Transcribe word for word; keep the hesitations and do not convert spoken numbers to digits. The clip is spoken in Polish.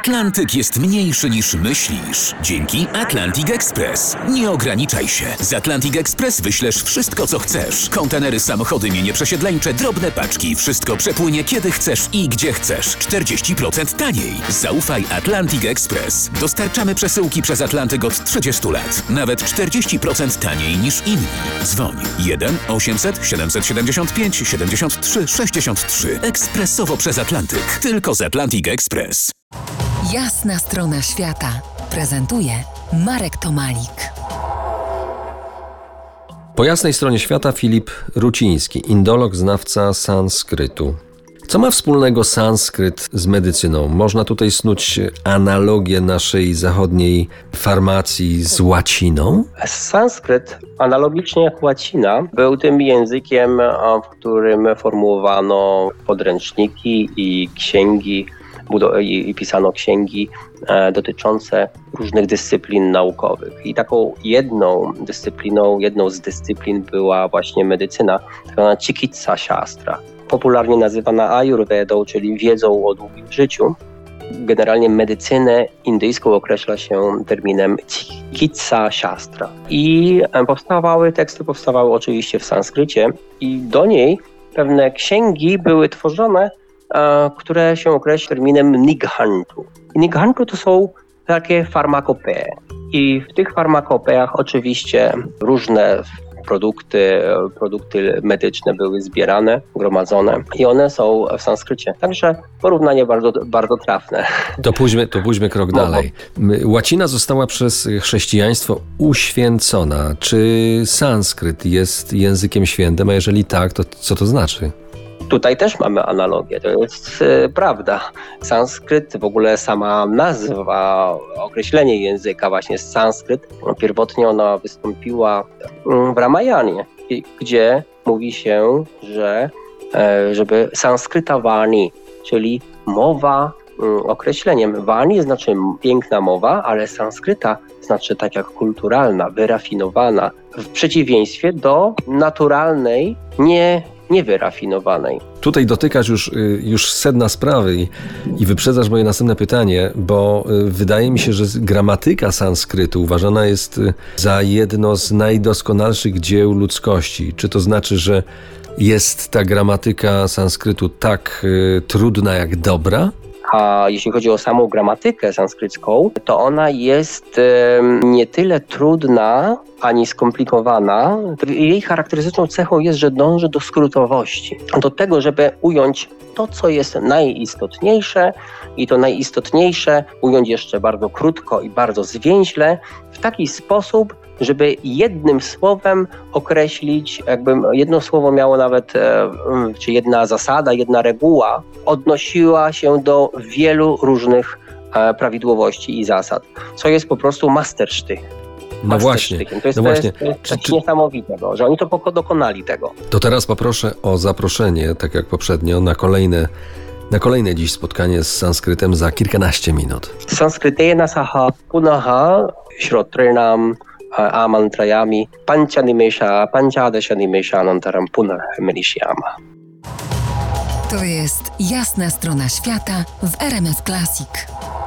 Atlantyk jest mniejszy niż myślisz. Dzięki Atlantic Express. Nie ograniczaj się. Z Atlantic Express wyślesz wszystko, co chcesz. Kontenery, samochody, mienie przesiedleńcze, drobne paczki. Wszystko przepłynie kiedy chcesz i gdzie chcesz. czterdzieści procent taniej. Zaufaj Atlantic Express. Dostarczamy przesyłki przez Atlantyk od trzydziestu lat. Nawet czterdzieści procent taniej niż inni. Dzwoń jeden osiemset siedemset siedemdziesiąt pięć siedemdziesiąt trzy sześćdziesiąt trzy. Ekspresowo przez Atlantyk. Tylko z Atlantic Express. Jasna strona świata prezentuje Marek Tomalik. Po jasnej stronie świata Filip Ruciński, indolog, znawca sanskrytu. Co ma wspólnego sanskryt z medycyną? Można tutaj snuć analogię naszej zachodniej farmacji z łaciną? Sanskryt, analogicznie jak łacina, był tym językiem, w którym formułowano podręczniki i księgi, i pisano księgi dotyczące różnych dyscyplin naukowych. I taką jedną dyscypliną, jedną z dyscyplin była właśnie medycyna, tak zwana Chikitsa Shastra, popularnie nazywana Ayurvedą, czyli wiedzą o długim życiu. Generalnie medycynę indyjską określa się terminem Chikitsa Shastra. I powstawały, teksty powstawały oczywiście w sanskrycie i do niej pewne księgi były tworzone, które się określa terminem Nighantu. I Nighantu to są takie farmakopee. I w tych farmakopeach oczywiście różne produkty, produkty medyczne były zbierane, gromadzone i one są w sanskrycie. Także porównanie bardzo, bardzo trafne. To pójdźmy, to pójdźmy krok dalej. Łacina została przez chrześcijaństwo uświęcona. Czy sanskryt jest językiem świętym, a jeżeli tak, to co to znaczy? Tutaj też mamy analogię, to jest e, prawda. Sanskryt, w ogóle sama nazwa, określenie języka właśnie sanskryt, pierwotnie ona wystąpiła w Ramayanie, gdzie mówi się, że e, żeby sanskryta vani, czyli mowa, m, określeniem vani znaczy piękna mowa, ale sanskryta znaczy tak jak kulturalna, wyrafinowana, w przeciwieństwie do naturalnej, nie niewyrafinowanej. Tutaj dotykasz już, już sedna sprawy i, i wyprzedzasz moje następne pytanie, bo wydaje mi się, że gramatyka sanskrytu uważana jest za jedno z najdoskonalszych dzieł ludzkości. Czy to znaczy, że jest ta gramatyka sanskrytu tak y, trudna jak dobra? A jeśli chodzi o samą gramatykę sanskrycką, to ona jest e, nie tyle trudna ani skomplikowana. Jej charakterystyczną cechą jest, że dąży do skrótowości. Do tego, żeby ująć to, co jest najistotniejsze i to najistotniejsze ująć jeszcze bardzo krótko i bardzo zwięźle w taki sposób, żeby jednym słowem określić, jakby jedno słowo miało nawet, czy jedna zasada, jedna reguła odnosiła się do wielu różnych prawidłowości i zasad, co jest po prostu mastersztyk. No właśnie, to jest, no to właśnie. jest, to jest Czy, coś czy... niesamowitego, że oni to dokonali tego. To teraz poproszę o zaproszenie, tak jak poprzednio, na kolejne Na kolejne dziś spotkanie z sanskrytem za kilkanaście minut. Sanskrytena saha punaha śrotrynam amantrayami panchanimesha panchadasha nimesha anantaram punah menishyama. To jest jasna strona świata w R M F Classic.